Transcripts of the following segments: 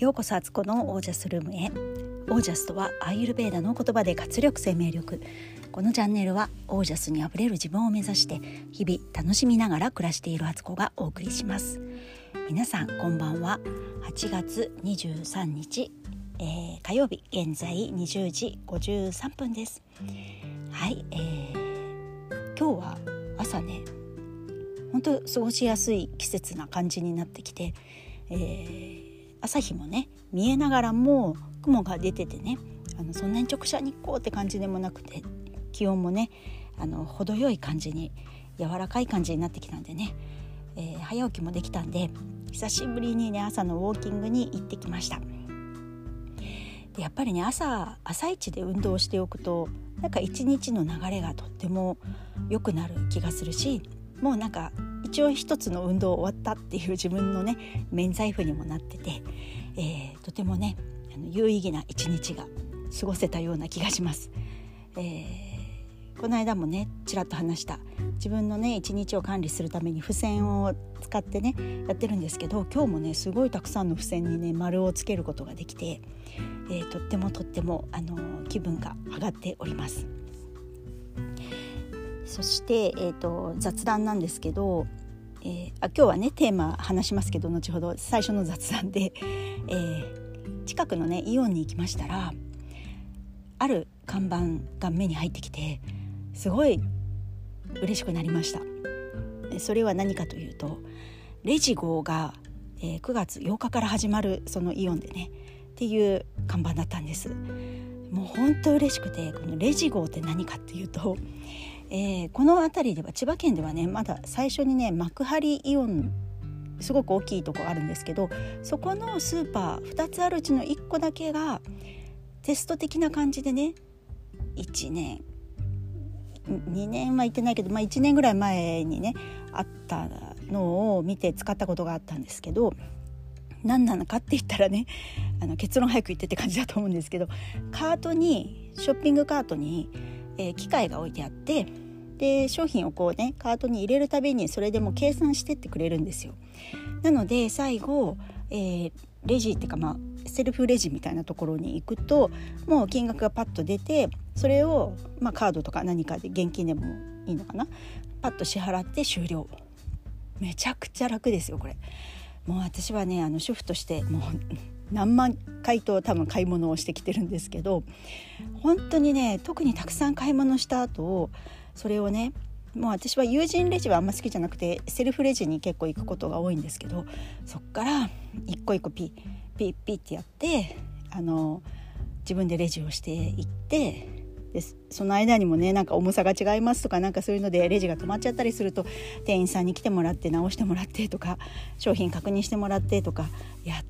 ようこそアツコのオージャスルームへ。オージャスとはアーユルベーダの言葉で活力、生命力。このチャンネルはオージャスにあふれる自分を目指して日々楽しみながら暮らしているアツコがお送りします。皆さんこんばんは。8月23日、火曜日、現在20時53分です。はい、今日は朝ね、本当過ごしやすい季節な感じになってきて、朝日もね見えながらも雲が出ててね、そんなに直射日光って感じでもなくて、気温もね程よい感じに、柔らかい感じになってきたんでね、早起きもできたんで久しぶりにね朝のウォーキングに行ってきました。でやっぱりね朝一で運動をしておくとなんか一日の流れがとっても良くなる気がするし、もうなんか一応一つの運動終わったっていう自分のね免罪符にもなってて、とてもね有意義な一日が過ごせたような気がします。この間もねちらっと話した自分のね一日を管理するために付箋を使ってねやってるんですけど、今日もねすごいたくさんの付箋にね丸をつけることができて、とっても気分が上がっております。そして、雑談なんですけど、今日はねテーマ話しますけど後ほど、最初の雑談で、近くのねイオンに行きましたら、ある看板が目に入ってきてすごい嬉しくなりました。それは何かというと、レジ号が、9月8日から始まるそのイオンでねっていう看板だったんです。もう本当嬉しくて、このレジ号って何かっていうと、この辺りでは千葉県ではねまだ最初にね幕張イオンすごく大きいとこあるんですけど、そこのスーパー2つあるうちの1個だけがテスト的な感じでね、1年2年は行ってないけど、1年ぐらい前にねあったのを見て使ったことがあったんですけど、何なのかって言ったらね結論早く言ってって感じだと思うんですけど、ショッピングカートに機械が置いてあって、で商品をこうねカートに入れるたびにそれでも計算してってくれるんですよ。なので最後、レジっていうか、セルフレジみたいなところに行くともう金額がパッと出て、それを、カードとか何かで現金でもいいのかな、パッと支払って終了。めちゃくちゃ楽ですよこれ。もう私はね主婦としてもう何万回と多分買い物をしてきてるんですけど、本当にね特にたくさん買い物した後、それをねもう私は友人レジはあんま好きじゃなくてセルフレジに結構行くことが多いんですけど、そっから一個一個ピッってやって自分でレジをしていって、でその間にもねなんか重さが違いますとかなんかそういうのでレジが止まっちゃったりすると店員さんに来てもらって直してもらってとか商品確認してもらってとかやって、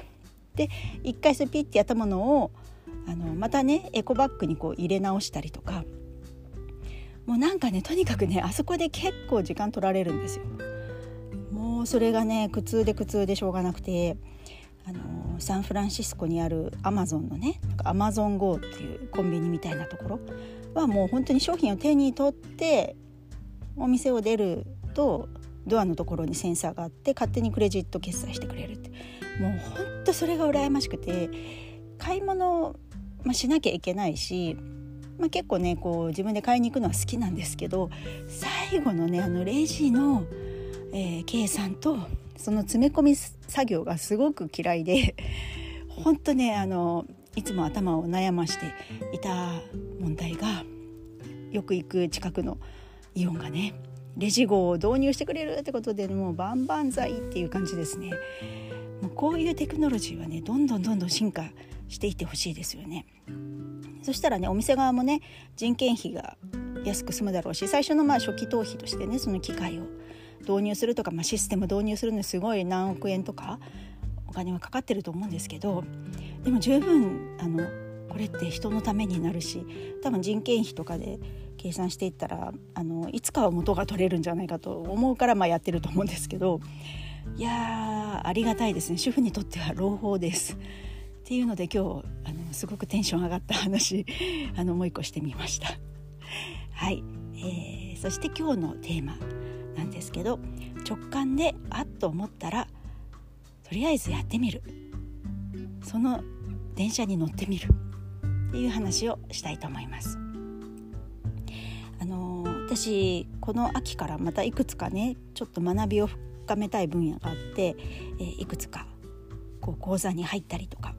で一回それピッてやったものをまたねエコバッグにこう入れ直したりとか、もうなんかねとにかくねあそこで結構時間取られるんですよ。もうそれがね苦痛でしょうがなくて、サンフランシスコにあるアマゾンのねアマゾン GO っていうコンビニみたいなところはもう本当に商品を手に取ってお店を出るとドアのところにセンサーがあって勝手にクレジット決済してくれるって、もう本当それが羨ましくて、買い物、しなきゃいけないし、結構ねこう自分で買いに行くのは好きなんですけど、最後のねレジの、計算とその詰め込み作業がすごく嫌いで、本当ねいつも頭を悩ましていた問題が、よく行く近くのイオンがねレジ号を導入してくれるってことで、もう万々歳っていう感じですね。もうこういうテクノロジーはねどんどん進化していってほしいですよね。そしたらねお店側もね人件費が安く済むだろうし、最初の初期投資としてねその機械を導入するとか、システム導入するのにすごい何億円とかお金はかかってると思うんですけど、でも十分これって人のためになるし、多分人件費とかで計算していったらいつかは元が取れるんじゃないかと思うからやってると思うんですけど、いやありがたいですね。主婦にとっては朗報ですっていうので、今日すごくテンション上がった話もう一個してみました。はい、そして今日のテーマなんですけど、直感であっと思ったらとりあえずやってみるその電車に乗ってみるっていう話をしたいと思います。私この秋からまたいくつかねちょっと学びを深めたい分野があって、いくつか講座に入ったりとか、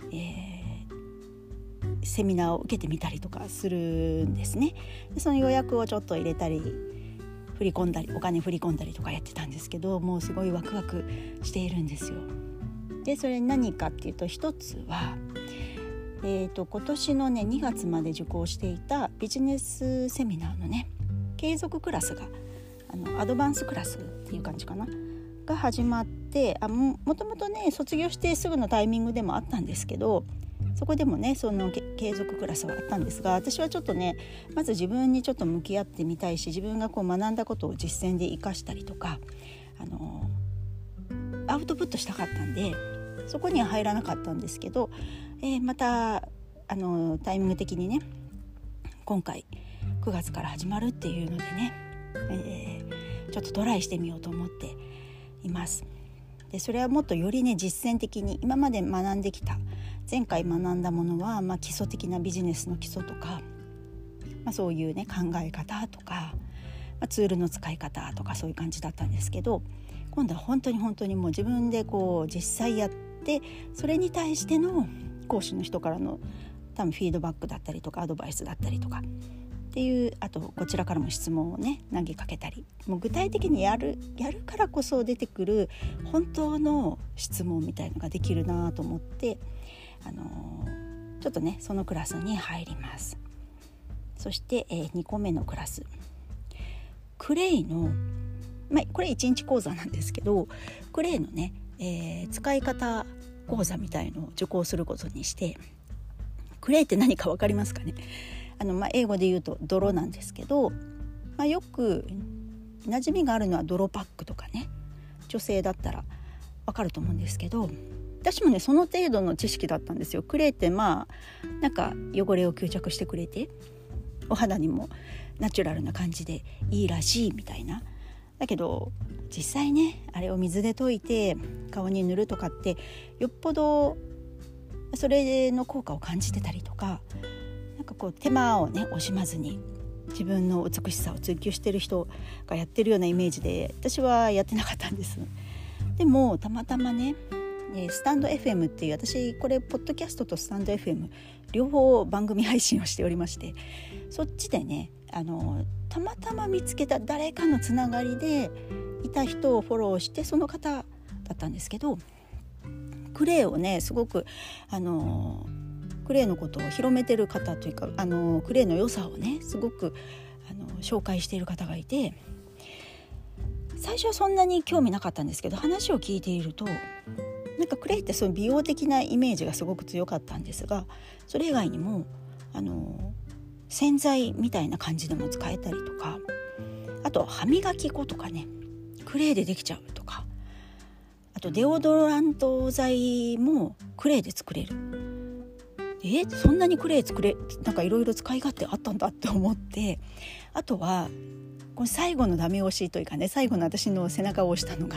セミナーを受けてみたりとかするんですね。でその予約をちょっと入れたり振り込んだりお金振り込んだりとかやってたんですけど、もうすごいワクワクしているんですよ。でそれ何かっていうと、一つは、今年のね2月まで受講していたビジネスセミナーのね継続クラスがアドバンスクラスっていう感じかなが始まって、もともとね卒業してすぐのタイミングでもあったんですけど、そこでもねその継続クラスはあったんですが、私はちょっとねまず自分にちょっと向き合ってみたいし、自分が学んだことを実践で生かしたりとかアウトプットしたかったんで、そこには入らなかったんですけど、またタイミング的にね今回9月から始まるっていうのでね、ちょっとトライしてみようと思っています。でそれはもっとよりね実践的に今まで学んできた前回学んだものは、基礎的なビジネスの基礎とか、そういうね考え方とか、ツールの使い方とかそういう感じだったんですけど、今度は本当にもう自分で実際やって、それに対しての講師の人からの多分フィードバックだったりとかアドバイスだったりとかっていう、あとこちらからも質問をね投げかけたり、もう具体的にやるからこそ出てくる本当の質問みたいのができるなと思って、ちょっとねそのクラスに入ります。そして、2個目のクラス、クレイの、これ1日講座なんですけど、クレイのね、使い方講座みたいのを受講することにして、クレイって何か分かりますかね。英語で言うと泥なんですけど、よく馴染みがあるのは泥パックとかね、女性だったら分かると思うんですけど、私もねその程度の知識だったんですよ。クレイってなんか汚れを吸着してくれてお肌にもナチュラルな感じでいいらしいみたいな。だけど実際ねあれを水で溶いて顔に塗るとかってよっぽどそれの効果を感じてたりとか、なんか手間をね惜しまずに自分の美しさを追求してる人がやってるようなイメージで私はやってなかったんです。でもたまたまねスタンド FM っていう、私これポッドキャストとスタンド FM 両方番組配信をしておりまして、そっちでねたまたま見つけた誰かのつながりでいた人をフォローして、その方だったんですけど、クレイをねすごくクレイのことを広めてる方というかクレイの良さをねすごく紹介している方がいて、最初はそんなに興味なかったんですけど、話を聞いているとなんかクレイってその美容的なイメージがすごく強かったんですが、それ以外にも洗剤みたいな感じでも使えたりとか、あと歯磨き粉とかねクレイでできちゃうとか、あとデオドラント剤もクレイで作れる。そんなにクレイなんかいろいろ使い勝手あったんだって思って、あとはこの最後のダメ押しというかね、最後の私の背中を押したのが、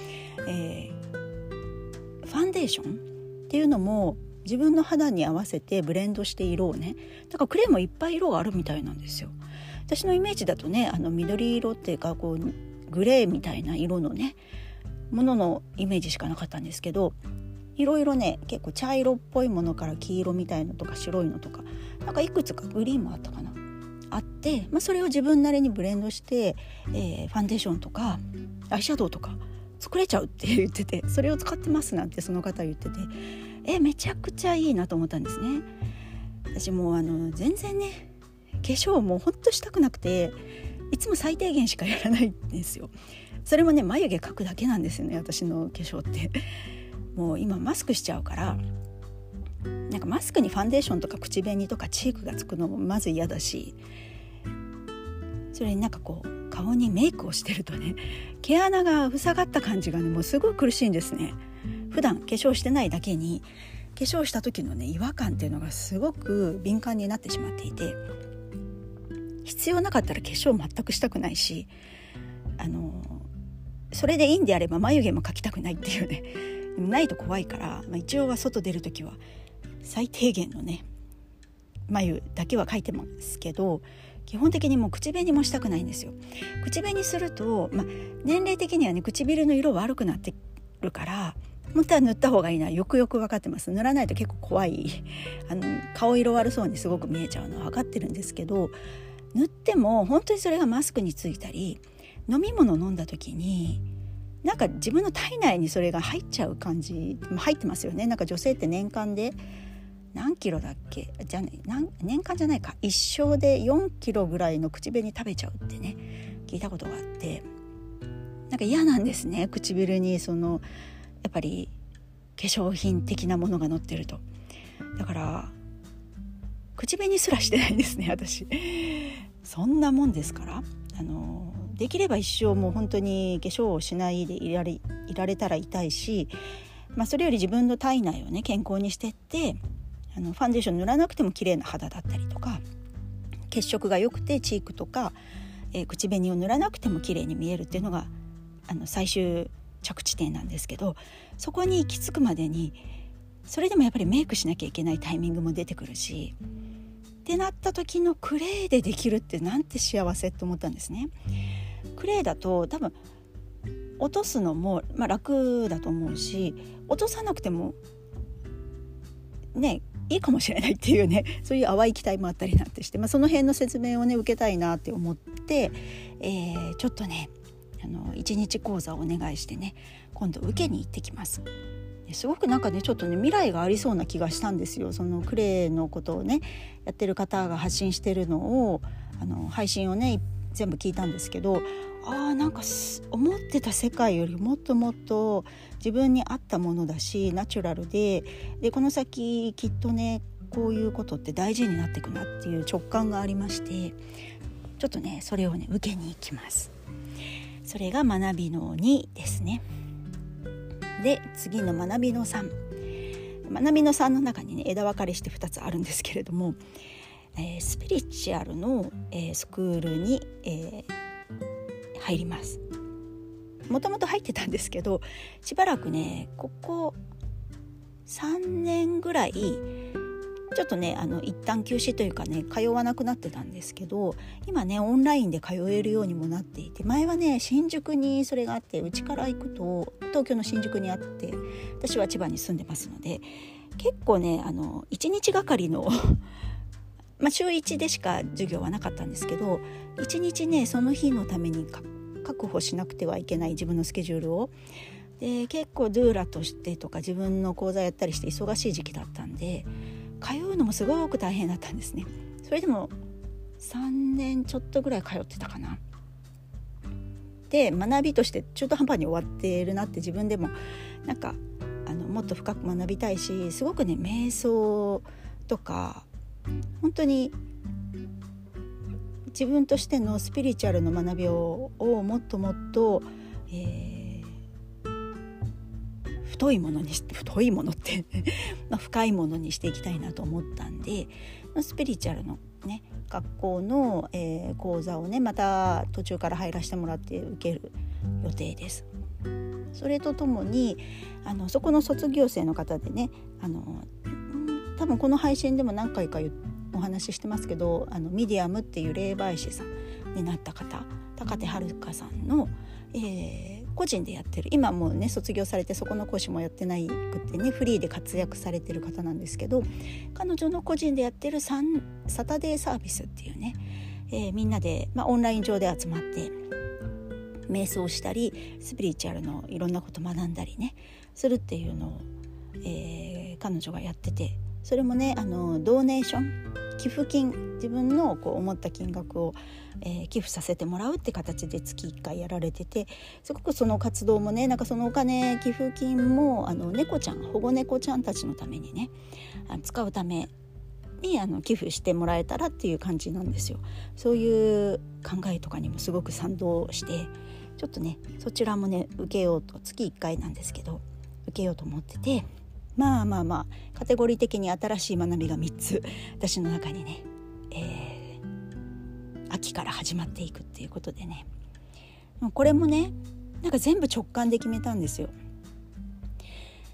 ファンデーションっていうのも自分の肌に合わせてブレンドして色をね、だからクレイもいっぱい色があるみたいなんですよ。私のイメージだとね緑色っていうかグレーみたいな色のねもののイメージしかなかったんですけど、いろいろね結構茶色っぽいものから黄色みたいのとか白いのとか、なんかいくつかグリーンもあったかなあって、それを自分なりにブレンドして、ファンデーションとかアイシャドウとか作れちゃうって言ってて、それを使ってますなんてその方言ってて、めちゃくちゃいいなと思ったんですね。私も全然ね化粧もほんとしたくなくて、いつも最低限しかやらないんですよ。それもね眉毛描くだけなんですよね、私の化粧ってもう今マスクしちゃうから、なんかマスクにファンデーションとか口紅とかチークがつくのもまず嫌だし、それになんか顔にメイクをしてるとね毛穴が塞がった感じがねもうすごい苦しいんですね。普段化粧してないだけに化粧した時のね違和感っていうのがすごく敏感になってしまっていて、必要なかったら化粧全くしたくないし、それでいいんであれば眉毛も描きたくないっていうねでもないと怖いから、一応は外出るときは最低限のね眉だけは描いてますけど、基本的にもう口紅もしたくないんですよ。口紅すると、年齢的にはね唇の色悪くなってるから、本当は塗った方がいいのはよくよく分かってます。塗らないと結構怖い顔色悪そうにすごく見えちゃうのは分かってるんですけど、塗っても本当にそれがマスクについたり、飲み物飲んだ時になんか自分の体内にそれが入っちゃう感じ、入ってますよね。なんか女性って年間で何キロだっけ、じゃあ、年間じゃないか、一生で4キロぐらいの口紅食べちゃうってね聞いたことがあって、なんか嫌なんですね、唇にやっぱり化粧品的なものが乗ってると。だから口紅すらしてないんですね私。そんなもんですから、できれば一生もう本当に化粧をしないでいられたら痛いし、それより自分の体内をね健康にしてってファンデーション塗らなくても綺麗な肌だったりとか、血色が良くてチークとか、口紅を塗らなくても綺麗に見えるっていうのが最終着地点なんですけど、そこに行き着くまでにそれでもやっぱりメイクしなきゃいけないタイミングも出てくるしってなった時のクレイでできるってなんて幸せって思ったんですね。クレイだと多分落とすのも、楽だと思うし、落とさなくてもねいいかもしれないっていうね、そういう淡い期待もあったりなんてして、その辺の説明をね受けたいなって思って、ちょっとね1日講座をお願いしてね今度受けに行ってきます。すごくなんかねちょっとね未来がありそうな気がしたんですよ。そのクレイのことをねやってる方が発信してるのを配信をね全部聞いたんですけど、なんか思ってた世界よりもっともっと自分に合ったものだし、ナチュラルでこの先きっとねこういうことって大事になっていくなっていう直感がありまして、ちょっとねそれをね受けに行きます。それが学びの2ですね。で次の学びの3、学びの3の中にね枝分かれして2つあるんですけれども、スピリチュアルの、スクールに、入ります。もともと入ってたんですけど、しばらくねここ3年ぐらいちょっとね一旦休止というかね通わなくなってたんですけど、今ねオンラインで通えるようにもなっていて、前はね新宿にそれがあって、うちから行くと東京の新宿にあって、私は千葉に住んでますので結構ね1日がかりの週1でしか授業はなかったんですけど、1日ねその日のために確保しなくてはいけない自分のスケジュールをで、結構ドゥーラとしてとか自分の講座やったりして忙しい時期だったんで通うのもすごく大変だったんですね。それでも3年ちょっとぐらい通ってたかな。で学びとして中途半端に終わってるなって自分でもなんかもっと深く学びたいし、すごくね瞑想とか本当に自分としてのスピリチュアルの学びをもっともっと、太いものって深いものにしていきたいなと思ったんで、スピリチュアルのね学校の、講座をねまた途中から入らせてもらって受ける予定です。それとともにそこの卒業生の方でね多分この配信でも何回かお話ししてますけど、ミディアムっていう霊媒師さんになった方、高手遥さんの、個人でやってる、今もうね卒業されてそこの講師もやってないくってねフリーで活躍されてる方なんですけど、彼女の個人でやってるサタデーサービスっていうね、みんなで、オンライン上で集まって瞑想したりスピリチュアルのいろんなこと学んだりねするっていうのを、彼女がやってて、それもねドネーション寄付金、自分の思った金額を、寄付させてもらうって形で月1回やられてて、すごくその活動もねなんかそのお金寄付金も猫ちゃん保護猫ちゃんたちのためにね使うために寄付してもらえたらっていう感じなんですよ。そういう考えとかにもすごく賛同して、ちょっとねそちらもね受けようと、月1回なんですけど受けようと思ってて、カテゴリー的に新しい学びが3つ私の中にね、秋から始まっていくっていうことでね、これもねなんか全部直感で決めたんですよ。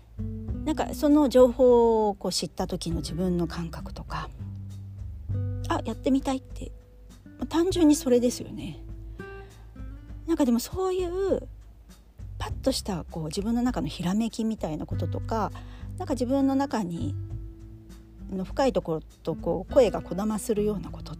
なんかその情報をこう知った時の自分の感覚とか、やってみたいって、単純にそれですよね。なんかでもそういうパッとしたこう自分の中のひらめきみたいなこととか、なんか自分の中にの深いところとこう声がこだまするようなことって、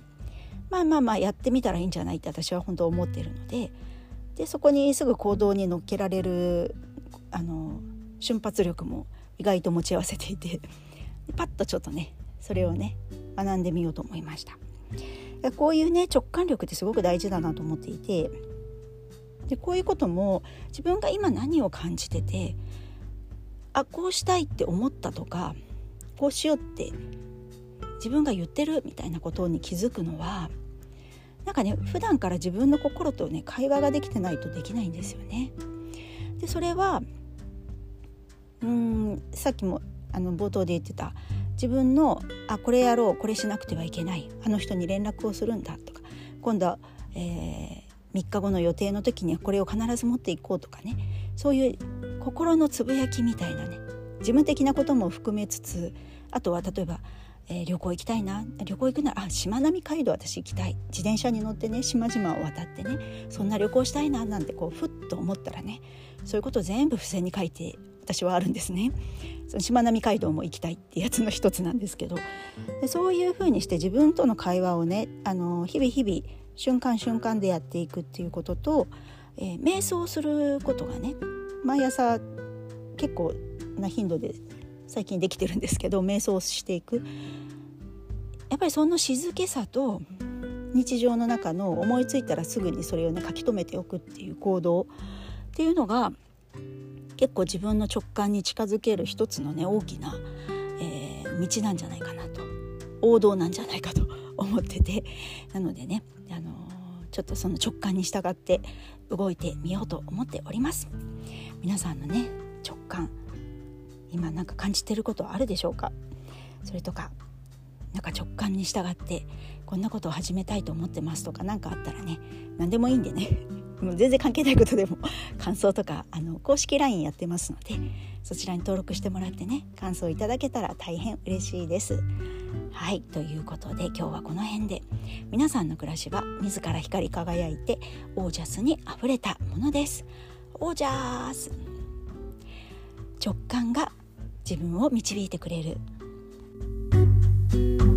まあやってみたらいいんじゃないって私は本当思っているので、そこにすぐ行動に乗っけられる瞬発力も意外と持ち合わせていて、パッとちょっとねそれをね学んでみようと思いました。こういうね直感力ってすごく大事だなと思っていて、でこういうことも自分が今何を感じてて、こうしたいって思ったとか、こうしようって自分が言ってるみたいなことに気づくのは、なんかね普段から自分の心とね会話ができてないとできないんですよね。でそれはさっきも冒頭で言ってた自分のこれやろう、これしなくてはいけない、あの人に連絡をするんだとか、今度は、3日後の予定の時にはこれを必ず持っていこうとかね、そういう心のつぶやきみたいなね事務的なことも含めつつ、あとは例えば、旅行行きたいな、旅行行くならしまなみ海道私行きたい、自転車に乗ってね島々を渡ってねそんな旅行したいななんてこうふっと思ったらね、そういうことを全部付箋に書いて私はあるんですね。そのしまなみ海道も行きたいってやつの一つなんですけど、でそういうふうにして自分との会話をね日々瞬間瞬間でやっていくっていうことと、瞑想することがね毎朝結構な頻度で最近できてるんですけど、瞑想していく、やっぱりその静けさと日常の中の思いついたらすぐにそれをね書き留めておくっていう行動っていうのが結構自分の直感に近づける一つのね大きな、道なんじゃないかなと、王道なんじゃないかと思ってて、なのでね、ちょっとその直感に従って動いてみようと思っております。皆さんのね直感、今なんか感じてることあるでしょうか。それとかなんか直感に従ってこんなことを始めたいと思ってますとか、何かあったらね何でもいいんでねもう全然関係ないことでも感想とか公式 LINE やってますので、そちらに登録してもらってね感想いただけたら大変嬉しいです。はい、ということで今日はこの辺で、皆さんの暮らしは自ら光り輝いてオージャスにあふれたものです。オージャス、直感が自分を導いてくれる。